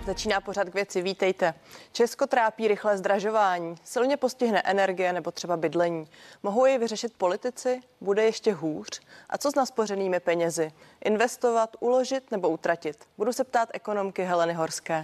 Začíná pořad K věci, vítejte. Česko trápí rychlé zdražování, silně postihne energie nebo třeba bydlení. Mohou jej vyřešit politici? Bude ještě hůř? A co s naspořenými penězi? Investovat, uložit nebo utratit? Budu se ptát ekonomky Heleny Horské.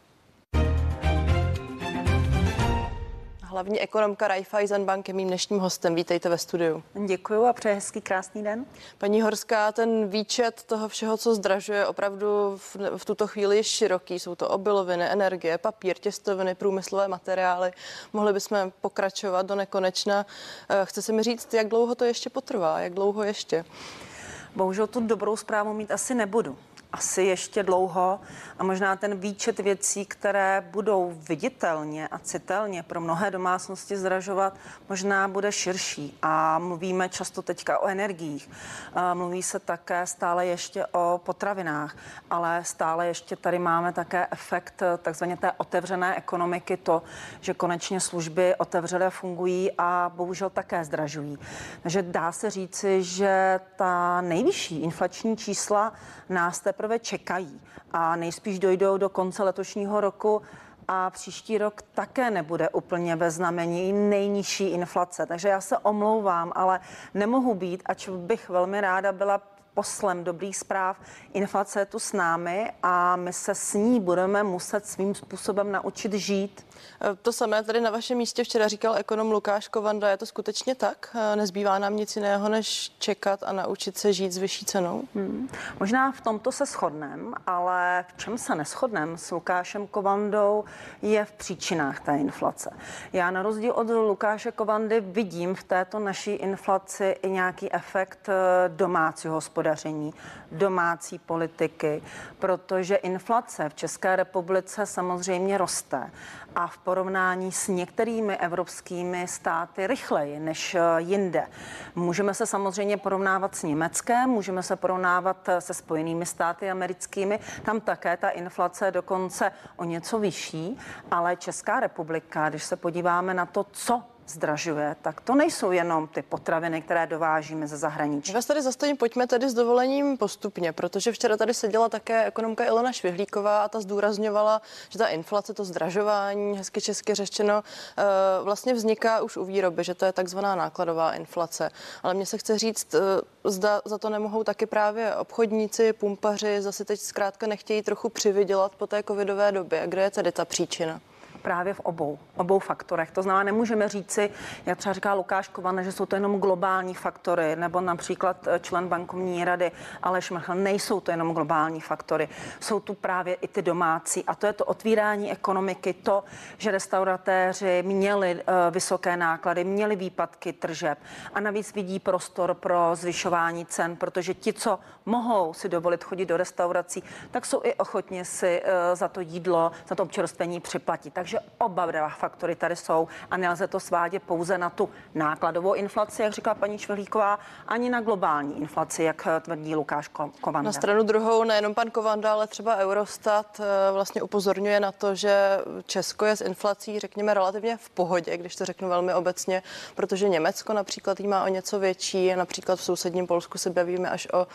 Hlavní ekonomka Raiffeisenbank je mým dnešním hostem. Vítejte ve studiu. Děkuju a přeji hezký krásný den. Paní Horská, ten výčet toho všeho, co zdražuje, opravdu v tuto chvíli je široký. Jsou to obiloviny, energie, papír, těstoviny, průmyslové materiály. Mohli bychom pokračovat do nekonečna. Chce se mi říct, jak dlouho to ještě potrvá, jak dlouho ještě? Bohužel tu dobrou zprávu mít asi nebudu. Asi ještě dlouho a možná ten výčet věcí, které budou viditelně a citelně pro mnohé domácnosti zdražovat, možná bude širší. A mluvíme často teďka o energiích. Mluví se také stále ještě o potravinách, ale stále ještě tady máme také efekt takzvaně té otevřené ekonomiky, to, že konečně služby otevřely a fungují a bohužel také zdražují. Takže dá se říci, že ta nejvyšší inflační čísla nás teprve čekají a nejspíš dojdou do konce letošního roku a příští rok také nebude úplně ve znamení nejnižší inflace. Takže já se omlouvám, ale nemohu být, ač bych velmi ráda byla poslem dobrých zpráv. Inflace je tu s námi a my se s ní budeme muset svým způsobem naučit žít. To samé tady na vašem místě včera říkal ekonom Lukáš Kovanda. Je to skutečně tak? Nezbývá nám nic jiného, než čekat a naučit se žít s vyšší cenou? Možná v tomto se shodneme, ale v čem se neshodneme s Lukášem Kovandou je v příčinách té inflace. Já na rozdíl od Lukáše Kovandy vidím v této naší inflaci i nějaký efekt domácího hospodaření, domácí politiky, protože inflace v České republice samozřejmě roste a v porovnání s některými evropskými státy rychleji než jinde. Můžeme se samozřejmě porovnávat s Německem, můžeme se porovnávat se Spojenými státy americkými, tam také ta inflace je dokonce o něco vyšší, ale Česká republika, když se podíváme na to, co zdražuje, tak to nejsou jenom ty potraviny, které dovážíme ze zahraničí. Vás tady zastavím, pojďme tedy s dovolením postupně, protože včera tady seděla také ekonomka Ilona Švihlíková a ta zdůrazňovala, že ta inflace, to zdražování, hezky česky řečeno, vlastně vzniká už u výroby, že to je takzvaná nákladová inflace. Ale mně se chce říct, zda za to nemohou taky právě obchodníci, pumpaři, zase teď zkrátka nechtějí trochu přivydělat po té covidové době. Kde je tedy ta příčina? Právě v obou faktorech. To znamená, nemůžeme říci, jak třeba říká Lukáš Kovanda, že jsou to jenom globální faktory, nebo například člen bankovní rady Aleš Mrchl, nejsou to jenom globální faktory. Jsou tu právě i ty domácí a to je to otvírání ekonomiky, to, že restauratéři měli vysoké náklady, měli výpadky tržeb a navíc vidí prostor pro zvyšování cen, protože ti, co mohou si dovolit chodit do restaurací, tak jsou i ochotni si za to jídlo, za to občerstvení připlatit. Takže oba dva faktory tady jsou a nelze to svádět pouze na tu nákladovou inflaci, jak říká paní Švihlíková, ani na globální inflaci, jak tvrdí Lukáš Kovanda. Na stranu druhou nejenom pan Kovanda, ale třeba Eurostat vlastně upozorňuje na to, že Česko je s inflací, řekněme, relativně v pohodě, když to řeknu velmi obecně, protože Německo například jí má o něco větší, například v sousedním Polsku se bavíme až o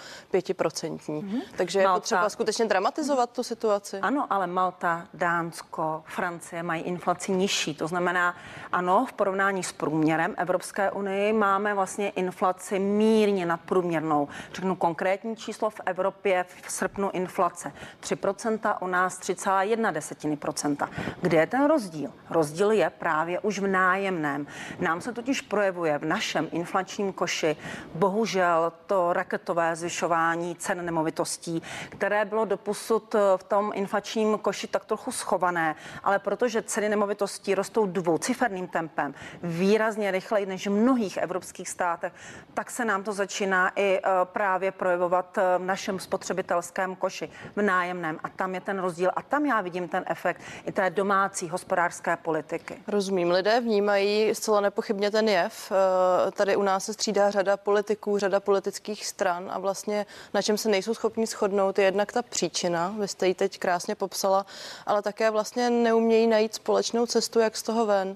5%. Takže je potřeba skutečně dramatizovat tu situaci. Ano, ale Malta, Dánsko, Francie mají inflaci nižší. To znamená, ano, v porovnání s průměrem Evropské unie máme vlastně inflaci mírně nadprůměrnou. Řeknu konkrétní číslo v Evropě v srpnu inflace 3%, u nás 3,1%. Kde je ten rozdíl? Rozdíl je právě už v nájemném. Nám se totiž projevuje v našem inflačním koši bohužel to raketové zvyšování cen nemovitostí, které bylo doposud v tom inflačním koši tak trochu schované, ale protože ceny nemovitostí rostou dvouciferným tempem, výrazně rychleji než v mnohých evropských státech, tak se nám to začíná i právě projevovat v našem spotřebitelském koši, v nájemném. A tam je ten rozdíl a tam já vidím ten efekt i té domácí hospodářské politiky. Rozumím, lidé vnímají zcela nepochybně ten jev. Tady u nás se střídá řada politiků, řada politických stran a vlastně na čem se nejsou schopni shodnout je jednak ta příčina, vy jste ji teď krásně popsala, ale také vlastně neumějí najít společnou cestu, jak z toho ven.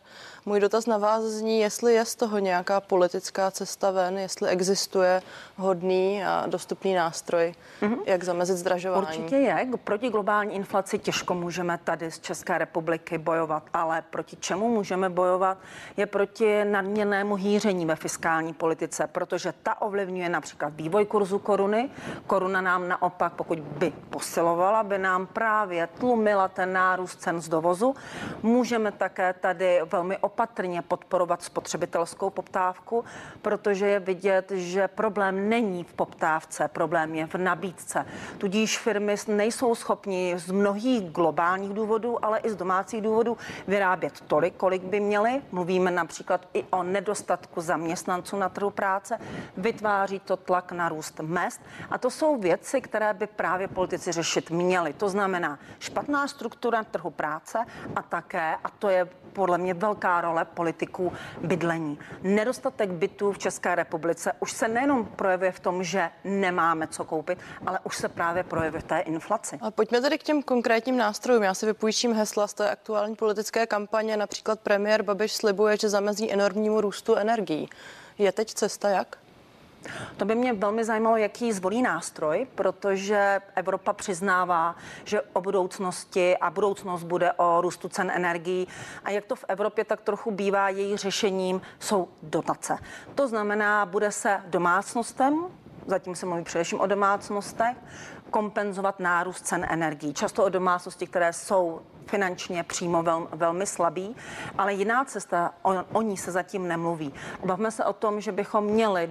Můj dotaz na vás zní, jestli je z toho nějaká politická cesta ven, jestli existuje hodný a dostupný nástroj, jak zamezit zdražování. Určitě je. Proti globální inflaci těžko můžeme tady z České republiky bojovat, ale proti čemu můžeme bojovat, je proti nadměrnému hýření ve fiskální politice, protože ta ovlivňuje například vývoj kurzu koruny. Koruna nám naopak, pokud by posilovala, by nám právě tlumila ten nárůst cen z dovozu. Můžeme také tady velmi opatrně podporovat spotřebitelskou poptávku, protože je vidět, že problém není v poptávce, problém je v nabídce. Tudíž firmy nejsou schopni z mnohých globálních důvodů, ale i z domácích důvodů vyrábět tolik, kolik by měly. Mluvíme například i o nedostatku zaměstnanců na trhu práce. Vytváří to tlak na růst mezd. A to jsou věci, které by právě politici řešit měli. To znamená špatná struktura trhu práce a také, a to je podle mě velká role politiků, bydlení. Nedostatek bytů v České republice už se nejenom projevuje v tom, že nemáme co koupit, ale už se právě projevuje v té inflaci. A pojďme tedy k těm konkrétním nástrojům. Já si vypůjčím hesla z té aktuální politické kampaně. Například premiér Babiš slibuje, že zamezí enormnímu růstu energií. Je teď cesta jak? To by mě velmi zajímalo, jaký zvolí nástroj, protože Evropa přiznává, že o budoucnosti a budoucnost bude o růstu cen energií. A jak to v Evropě tak trochu bývá, její řešením jsou dotace. To znamená, bude se domácnostem, zatím se mluví především o domácnostech, kompenzovat nárůst cen energií. Často o domácnosti, které jsou finančně přímo velmi slabý, ale jiná cesta, o ní se zatím nemluví. Bavme se o tom, že bychom měli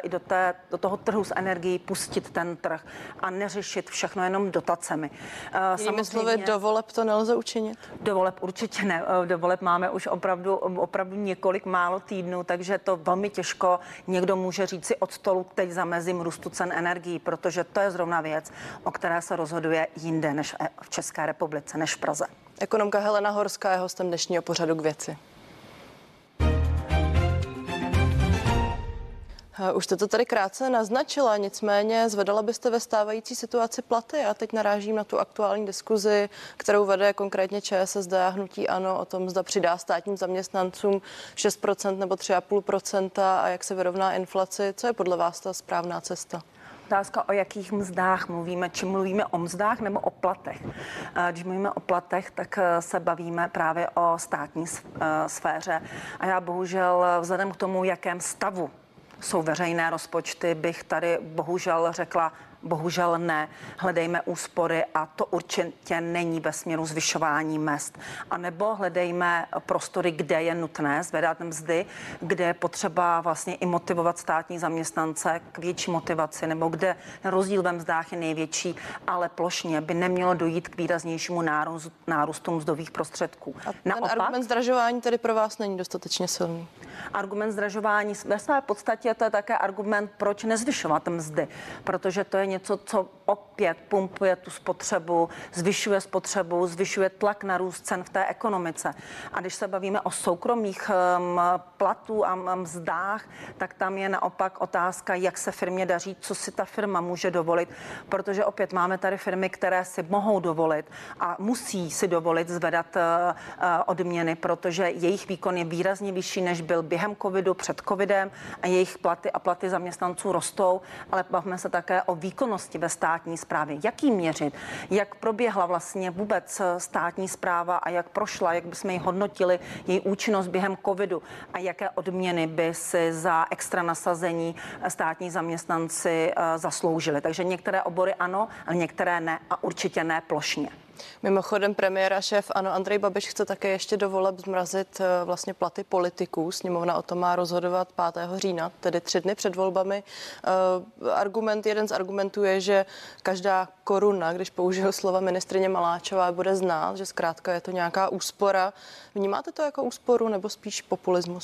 do toho trhu s energií pustit ten trh a neřešit všechno jenom dotacemi. Jinými slovy, do voleb to nelze učinit? Do voleb určitě ne. Do voleb máme už opravdu několik málo týdnů, takže to velmi těžko někdo může říct si od stolu, teď zamezím růstu cen energií, protože to je zrovna věc, o které se rozhoduje jinde než v České republice, než v Praze. Ekonomka Helena Horská je hostem dnešního pořadu K věci. Už jste to tady krátce naznačila, nicméně zvedala byste ve stávající situaci platy. Já teď narážím na tu aktuální diskuzi, kterou vede konkrétně ČSSD a hnutí ANO o tom, zda přidá státním zaměstnancům 6% nebo 3,5% a jak se vyrovná inflaci. Co je podle vás ta správná cesta? Otázka, o jakých mzdách mluvíme, či mluvíme o mzdách nebo o platech. Když mluvíme o platech, tak se bavíme právě o státní sféře. A já bohužel vzhledem k tomu, jakém stavu jsou veřejné rozpočty, bych tady bohužel řekla, bohužel ne. Hledejme úspory a to určitě není ve směru zvyšování mezd. A nebo hledejme prostory, kde je nutné zvedat mzdy, kde je potřeba vlastně i motivovat státní zaměstnance k větší motivaci, nebo kde rozdíl ve mzdách je největší, ale plošně by nemělo dojít k výraznějšímu nárůstu mzdových prostředků. A ten argument zdražování tedy pro vás není dostatečně silný? Argument zdražování ve své podstatě to je také argument, proč nezvyšovat mzdy, protože to je něco, co opět pumpuje tu spotřebu, zvyšuje tlak na růst cen v té ekonomice. A když se bavíme o soukromých platů a mzdách, tak tam je naopak otázka, jak se firmě daří, co si ta firma může dovolit, protože opět máme tady firmy, které si mohou dovolit a musí si dovolit zvedat odměny, protože jejich výkon je výrazně vyšší, než byl během covidu, před covidem a jejich platy a platy zaměstnanců rostou, ale bavíme se také o výkonnosti ve státní správě. Jak ji měřit? Jak proběhla vlastně vůbec státní správa a jak prošla, jak bychom ji hodnotili, její účinnost během covidu a jaké odměny by si za extra nasazení státní zaměstnanci zasloužili. Takže některé obory ano, ale některé ne a určitě ne plošně. Mimochodem premiér a šéf ANO Andrej Babiš chce také ještě do voleb zmrazit vlastně platy politiků. Sněmovna o tom má rozhodovat 5. října, tedy 3 dny před volbami. Jeden z argumentů je, že každá koruna, když použil slova ministryně Maláčová, bude znát, že zkrátka je to nějaká úspora. Vnímáte to jako úsporu nebo spíš populismus?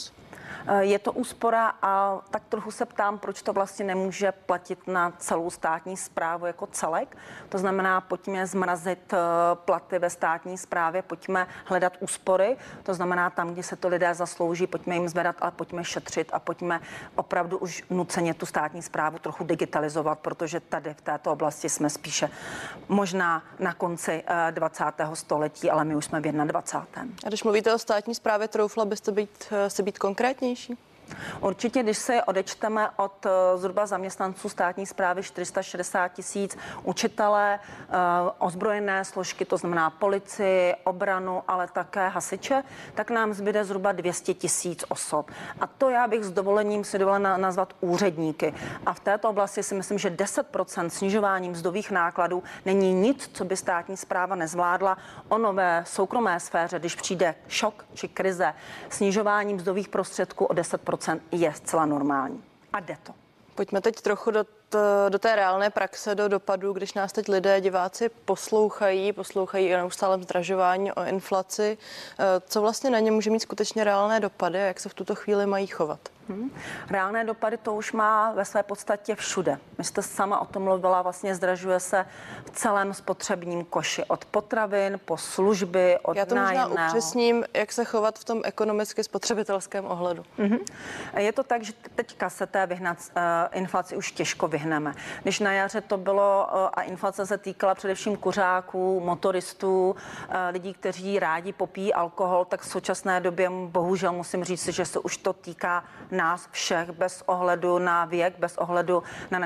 Je to úspora a tak trochu se ptám, proč to vlastně nemůže platit na celou státní správu jako celek. To znamená, pojďme zmrazit platy ve státní správě, pojďme hledat úspory. To znamená, tam, kde se to lidé zaslouží, pojďme jim zvedat, ale pojďme šetřit a pojďme opravdu už nuceně tu státní správu trochu digitalizovat, protože tady v této oblasti jsme spíše možná na konci 20. století, ale my už jsme v 21. A když mluvíte o státní správě, troufla byste být konkrétnější? Určitě, když se odečteme od zhruba zaměstnanců státní správy 460 000 učitelé, ozbrojené složky, to znamená policii, obranu, ale také hasiče, tak nám zbyde zhruba 200 000 osob. A to já bych s dovolením si dovolila nazvat úředníky. A v této oblasti si myslím, že 10% snižování mzdových nákladů není nic, co by státní správa nezvládla. Ono ve soukromé sféře, když přijde šok či krize, snižování mzdových prostředků o 10% je zcela normální. A jde to. Pojďme teď trochu do té reálné praxe, do dopadu, když nás teď lidé, diváci poslouchají o neustálém zdražování, o inflaci. Co vlastně na ně může mít skutečně reálné dopady a jak se v tuto chvíli mají chovat? Reálné dopady to už má ve své podstatě všude. Vy jste sama o tom mluvila, vlastně zdražuje se v celém spotřebním koši. Od potravin po služby, od Já to možná nájemného. upřesním, jak se chovat v tom ekonomicky spotřebitelském ohledu. Je to tak, že teďka se té inflaci už těžko vyhneme. Když na jaře to bylo a inflace se týkala především kuřáků, motoristů, lidí, kteří rádi popíjí alkohol, tak v současné době bohužel musím říct, že se už to týká nás všech bez ohledu na věk, bez ohledu na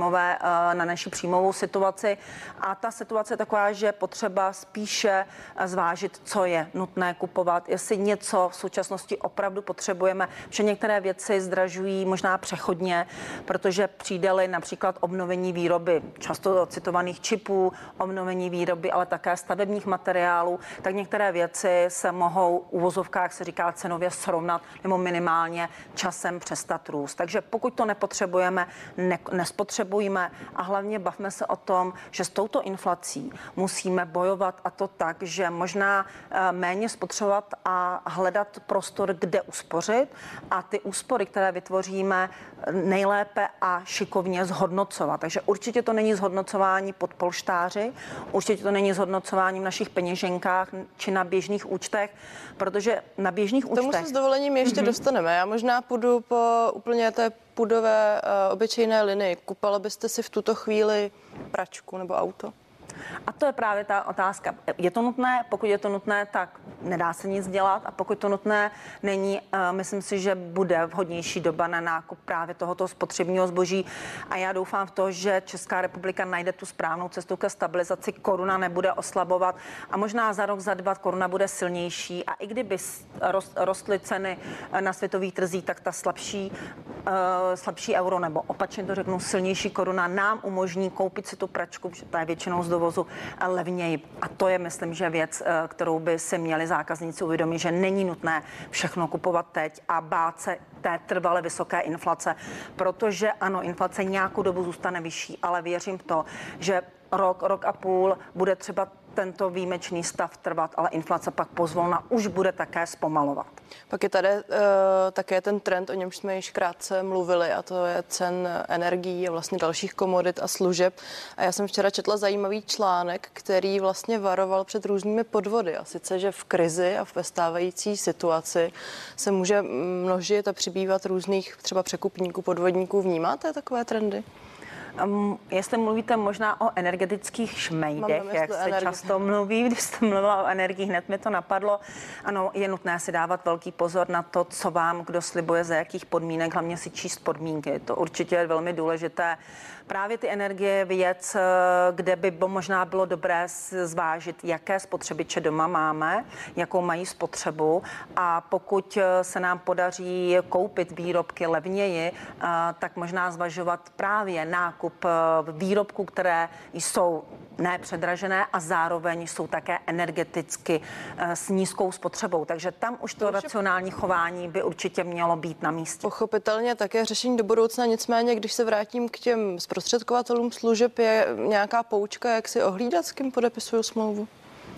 naši příjmovou situaci. A ta situace je taková, že potřeba spíše zvážit, co je nutné kupovat, jestli něco v současnosti opravdu potřebujeme, že některé věci zdražují možná přechodně, protože přijde-li například obnovení výroby často citovaných čipů, obnovení výroby, ale také stavebních materiálů, tak některé věci se mohou v uvozovkách, se říká, cenově srovnat nebo minimálně časem přestat růst. Takže pokud to nepotřebujeme, nespotřebujeme a hlavně bavme se o tom, že s touto inflací musíme bojovat, a to tak, že možná méně spotřebovat a hledat prostor, kde uspořit a ty úspory, které vytvoříme, nejlépe a šikovně zhodnocovat. Takže určitě to není zhodnocování pod polštáři, určitě to není zhodnocování v našich peněženkách či na běžných účtech, protože na běžných účtech... Tomu se s dovolením ještě dostaneme. Já možná půjdu po úplně té půdové obyčejné linii. Kupala byste si v tuto chvíli pračku nebo auto? A to je právě ta otázka. Je to nutné? Pokud je to nutné, tak nedá se nic dělat. A pokud to nutné není, myslím si, že bude vhodnější doba na nákup právě tohoto spotřebního zboží. A já doufám v to, že Česká republika najde tu správnou cestu ke stabilizaci. Koruna nebude oslabovat a možná za rok, za dva koruna bude silnější. A i kdyby rostly ceny na světových trzích, tak ta slabší euro, nebo opačně to řeknu, silnější koruna nám umožní koupit si tu pračku, protože ta je většinou z dovozu levněji. A to je, myslím, že věc, kterou by si měli zákazníci uvědomit, že není nutné všechno kupovat teď a bát se té trvale vysoké inflace, protože ano, inflace nějakou dobu zůstane vyšší, ale věřím v to, že rok a půl bude třeba tento výjimečný stav trvat, ale inflace pak pozvolna už bude také zpomalovat. Pak je tady také ten trend, o němž jsme již krátce mluvili, a to je cen energií a vlastně dalších komodit a služeb. A já jsem včera četla zajímavý článek, který vlastně varoval před různými podvody. A sice, že v krizi a ve stávající situaci se může množit a přibývat různých třeba překupníků, podvodníků. Vnímáte takové trendy? Jestli mluvíte možná o energetických šmejdech, jak se často mluví, když jste mluvila o energii, hned mi to napadlo. Ano, je nutné si dávat velký pozor na to, co vám kdo slibuje, za jakých podmínek, hlavně si číst podmínky. To určitě je velmi důležité. Právě ty energie je věc, kde by možná bylo dobré zvážit, jaké spotřebiče doma máme, jakou mají spotřebu, a pokud se nám podaří koupit výrobky levněji, tak možná zvažovat právě nákup výrobků, které jsou nepředražené a zároveň jsou také energeticky s nízkou spotřebou. Takže tam už to racionální chování by určitě mělo být na místě. Pochopitelně také řešení do budoucna, nicméně, když se vrátím k těm zprostředkovatelům služeb, je nějaká poučka, jak si ohlídat, s kým podepisuju smlouvu?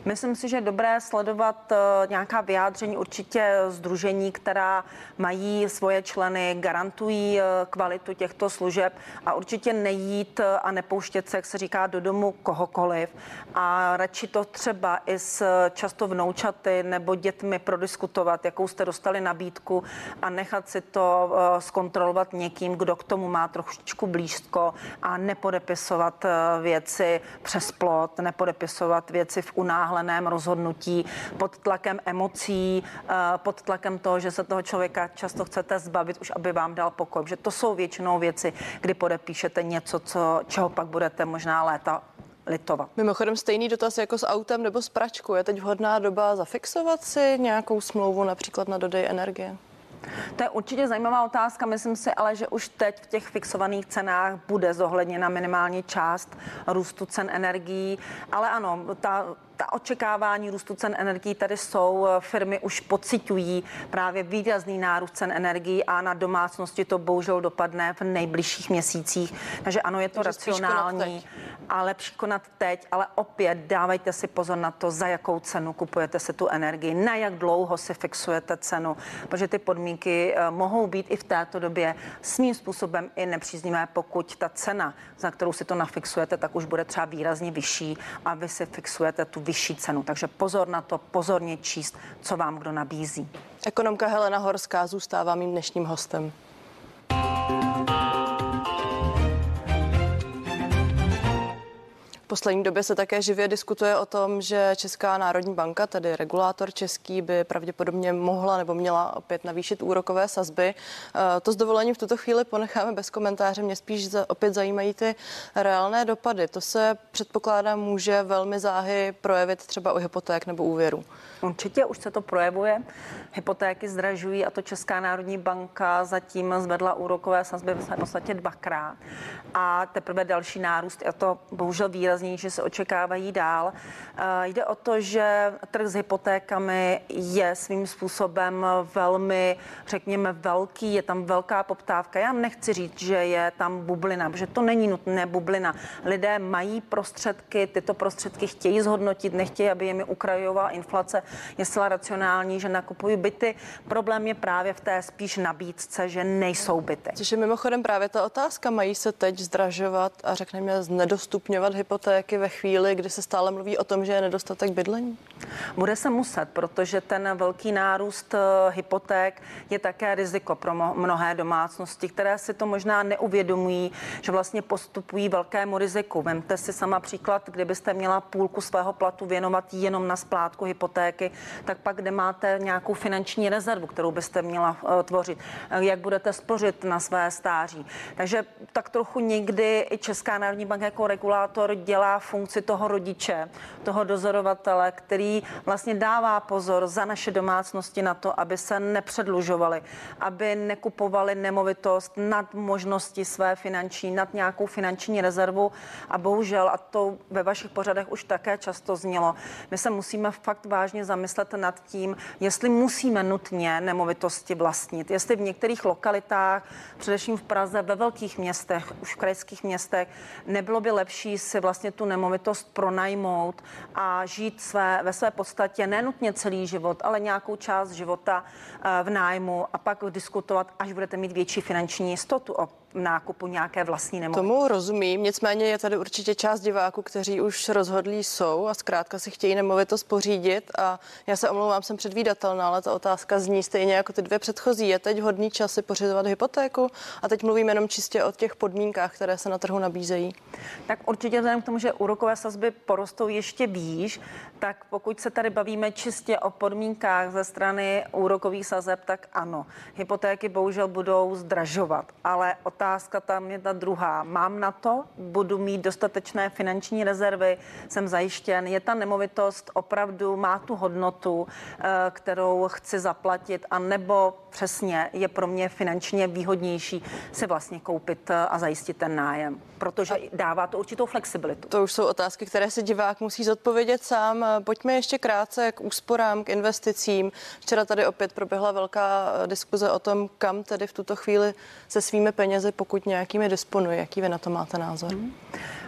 Myslím si, že je dobré sledovat nějaká vyjádření určitě sdružení, která mají svoje členy, garantují kvalitu těchto služeb a určitě nejít a nepouštět se, jak se říká, do domu kohokoliv a radši to třeba i s často vnoučaty nebo dětmi prodiskutovat, jakou jste dostali nabídku a nechat si to zkontrolovat někým, kdo k tomu má trošičku blízko a nepodepisovat věci přes plot, nepodepisovat věci v unáhleném rozhodnutí pod tlakem emocí, pod tlakem toho, že se toho člověka často chcete zbavit, už aby vám dal pokoj. Že to jsou většinou věci, kdy podepíšete něco, čeho pak budete možná léta litovat. Mimochodem stejný dotaz jako s autem nebo s pračkou. Je teď vhodná doba zafixovat si nějakou smlouvu například na dodej energie? To je určitě zajímavá otázka, myslím si, ale že už teď v těch fixovaných cenách bude zohledněna minimálně část růstu cen energií, ale ano, ta očekávání růstu cen energií tady jsou, firmy už pociťují právě výrazný nárůst cen energií a na domácnosti to bohužel dopadne v nejbližších měsících. Takže ano, je to racionální, a lepší konat teď, ale opět dávejte si pozor na to, za jakou cenu kupujete si tu energii, na jak dlouho si fixujete cenu, protože ty podmínky mohou být i v této době svým způsobem i nepříznivé, pokud ta cena, za kterou si to nafixujete, tak už bude třeba výrazně vyšší a vy si fixujete tu vyšší cenu. Takže pozor na to, pozorně číst, co vám kdo nabízí. Ekonomka Helena Horská zůstává mým dnešním hostem. V poslední době se také živě diskutuje o tom, že Česká národní banka, tedy regulátor český, by pravděpodobně mohla nebo měla opět navýšit úrokové sazby. To s dovolením v tuto chvíli ponecháme bez komentáře. Mě spíš opět zajímají ty reálné dopady. To se předpokládá může velmi záhy projevit třeba u hypoték nebo úvěru. Určitě už se to projevuje. Hypotéky zdražují a to Česká národní banka zatím zvedla úrokové sazby v podstatě dvakrát. A teprve další nárůst, a to bohužel výrazněji, že se očekávají dál. Jde o to, že trh s hypotékami je svým způsobem velmi, řekněme, velký, je tam velká poptávka. Já nechci říct, že je tam bublina, protože to není nutné bublina. Lidé mají prostředky, tyto prostředky chtějí zhodnotit, nechtějí, aby jim ukrajovala inflace. Je zcela racionální, že nakupují byty. Problém je právě v té spíš nabídce, že nejsou byty. Což je mimochodem právě ta otázka, mají se teď zdražovat a řekněme znedostupňovat hypotéky ve chvíli, kdy se stále mluví o tom, že je nedostatek bydlení? Bude se muset, protože ten velký nárůst hypoték je také riziko pro mnohé domácnosti, které si to možná neuvědomují, že vlastně postupují velkému riziku. Vemte si sama příklad, kdybyste měla půlku svého platu věnovat jenom na splátku hypotéky, tak pak kde máte nějakou finanční rezervu, kterou byste měla tvořit, jak budete spořit na své stáří. Takže tak trochu někdy i Česká národní banka jako regulátor dělá funkci toho rodiče, toho dozorovatele, který vlastně dává pozor za naše domácnosti na to, aby se nepředlužovali, aby nekupovali nemovitost nad možnosti své finanční, nad nějakou finanční rezervu a bohužel, a to ve vašich pořadech už také často znělo, my se musíme fakt vážně zamyslet nad tím, jestli musíme nutně nemovitosti vlastnit, jestli v některých lokalitách, především v Praze, ve velkých městech, už v krajských městech, nebylo by lepší si vlastně tu nemovitost pronajmout a žít ve své podstatě nenutně celý život, ale nějakou část života v nájmu a pak diskutovat, až budete mít větší finanční jistotu o nákupu nějaké vlastní nemovitosti. Tomu rozumím, nicméně je tady určitě část diváků, kteří už rozhodlí jsou a zkrátka si chtějí nemovitost pořídit a já se omlouvám, jsem předvídatelná, ale ta otázka zní stejně jako ty dvě předchozí. Je teď vhodný čas si pořizovat hypotéku? A teď mluvím jenom čistě o těch podmínkách, které se na trhu nabízejí. Tak určitě vzhledem k tomu, že úrokové sazby porostou ještě výš, tak pokud se tady bavíme čistě o podmínkách ze strany úrokových sazeb, tak ano, hypotéky bohužel budou zdražovat, ale otázka tam je ta druhá. Mám na to, budu mít dostatečné finanční rezervy, jsem zajištěn, je ta nemovitost opravdu, má tu hodnotu, kterou chci zaplatit, a nebo přesně je pro mě finančně výhodnější si vlastně koupit a zajistit ten nájem, protože dává to určitou flexibilitu. To už jsou otázky, které si divák musí zodpovědět sám. Pojďme ještě krátce k úsporám, k investicím. Včera tady opět proběhla velká diskuze o tom, kam tedy v tuto chvíli se svými penězi, pokud nějakými disponuje. Jaký vy na to máte názor?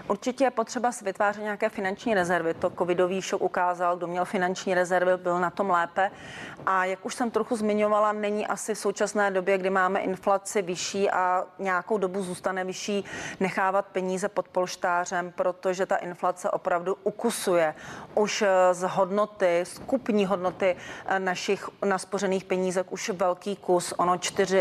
Určitě je potřeba si vytvářet nějaké finanční rezervy. To covidový šok ukázal, kdo měl finanční rezervy, byl na tom lépe. A jak už jsem trochu zmiňovala, není asi v současné době, kdy máme inflaci vyšší a nějakou dobu zůstane vyšší, nechávat peníze pod polštářem, protože ta inflace opravdu ukusuje už z hodnoty, z kupní hodnoty našich naspořených penízek už velký kus. Ono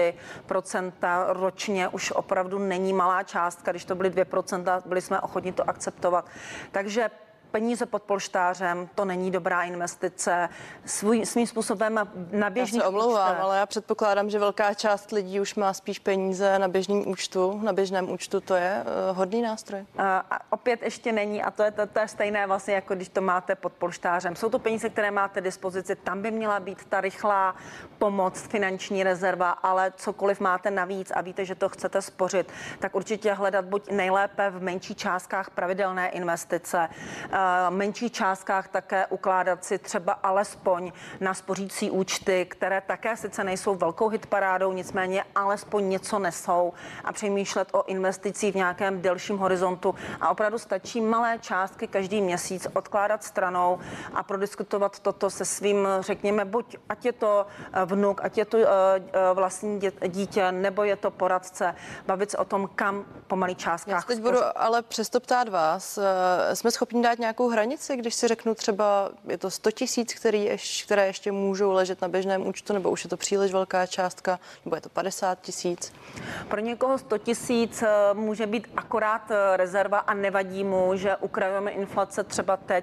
4% ročně už opravdu není malá částka. Když to byly 2%, byli jsme ochotni to akceptovat. Takže peníze pod polštářem, to není dobrá investice. Svým způsobem na běžných účtech. Já se omlouvám, účtech. ale já předpokládám, že velká část lidí už má spíš peníze na běžném účtu. Na běžném účtu to je hodný nástroj. A opět ještě není a to je stejné vlastně, jako když to máte pod polštářem. Jsou to peníze, které máte dispozici, tam by měla být ta rychlá pomoc, finanční rezerva, ale cokoliv máte navíc a víte, že to chcete spořit, tak určitě hledat buď nejlépe v menších částkách pravidelné investice, menších částkách také ukládat si třeba alespoň na spořící účty, které také sice nejsou velkou hitparádou, nicméně alespoň něco nesou a přemýšlet o investicích v nějakém delším horizontu a opravdu stačí malé částky každý měsíc odkládat stranou a prodiskutovat toto se svým, řekněme, buď ať je to vnuk, ať je to vlastní dítě, nebo je to poradce, bavit se o tom, kam po malých částkách. Já teď budu ale přesto ptát vás, jsme schopni dát nějakou hranici, když si řeknu třeba, je to 100 000, které ještě můžou ležet na běžném účtu, nebo už je to příliš velká částka, nebo je to 50 000? Pro někoho 100 000 může být akorát rezerva a nevadí mu, že ukrajujeme inflace třeba teď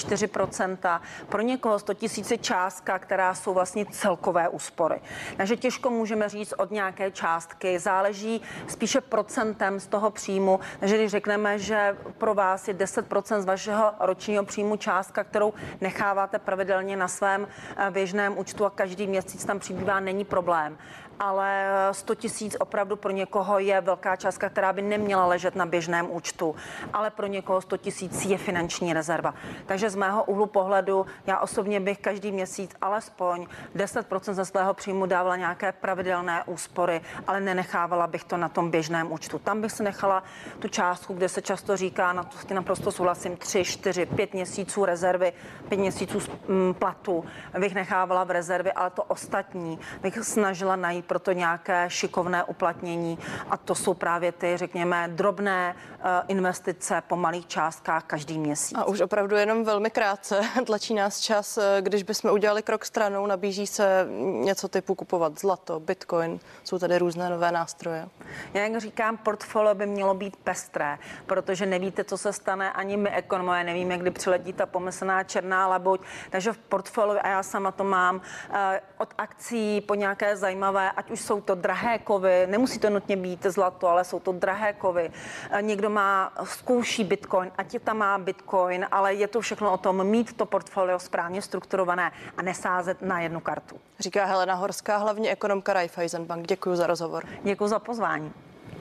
4%. Pro někoho 100 000 je částka, která jsou vlastně celkové úspory. Takže těžko můžeme říct od nějaké částky, záleží spíše procentem z toho příjmu. Takže když řekneme, že pro vás je 10% z vašeho ročního příjmu částka, kterou necháváte pravidelně na svém běžném účtu a každý měsíc tam přibývá, není problém. Ale 100 000 opravdu pro někoho je velká částka, která by neměla ležet na běžném účtu, ale pro někoho 100 000 je finanční rezerva. Takže z mého úhlu pohledu já osobně bych každý měsíc alespoň 10% ze svého příjmu dávala nějaké pravidelné úspory, ale nenechávala bych to na tom běžném účtu. Tam bych si nechala tu částku, kde se často říká, na to naprosto souhlasím, 3, 4, 5 měsíců rezervy, 5 měsíců platu bych nechávala v rezervě, ale to ostatní bych snažila najít proto nějaké šikovné uplatnění a to jsou právě ty, řekněme, drobné investice po malých částkách každý měsíc. A už opravdu jenom velmi krátce tlačí nás čas, když bychom udělali krok stranou, nabízí se něco typu kupovat zlato, bitcoin, jsou tady různé nové nástroje. Já jak říkám, portfolio by mělo být pestré, protože nevíte, co se stane, ani my ekonomové nevíme, kdy přiletí ta pomyslná černá labuť, takže v portfoliu, a já sama to mám, od akcí po nějaké zajímavé, ať už jsou to drahé kovy, nemusí to nutně být zlato, ale jsou to drahé kovy. Někdo zkouší bitcoin, ať je tam má bitcoin, ale je to všechno o tom mít to portfolio správně strukturované a nesázet na jednu kartu. Říká Helena Horská, hlavní ekonomka Raiffeisenbank. Děkuji za rozhovor. Děkuji za pozvání.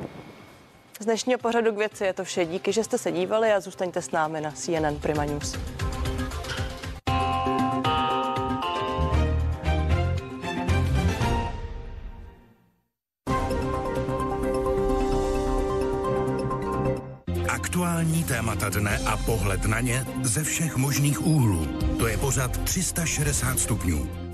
Z dnešního pořadu K věci je to vše. Díky, že jste se dívali a zůstaňte s námi na CNN Prima News. Aktuální témata dne a pohled na ně ze všech možných úhlů. To je pořad 360 stupňů.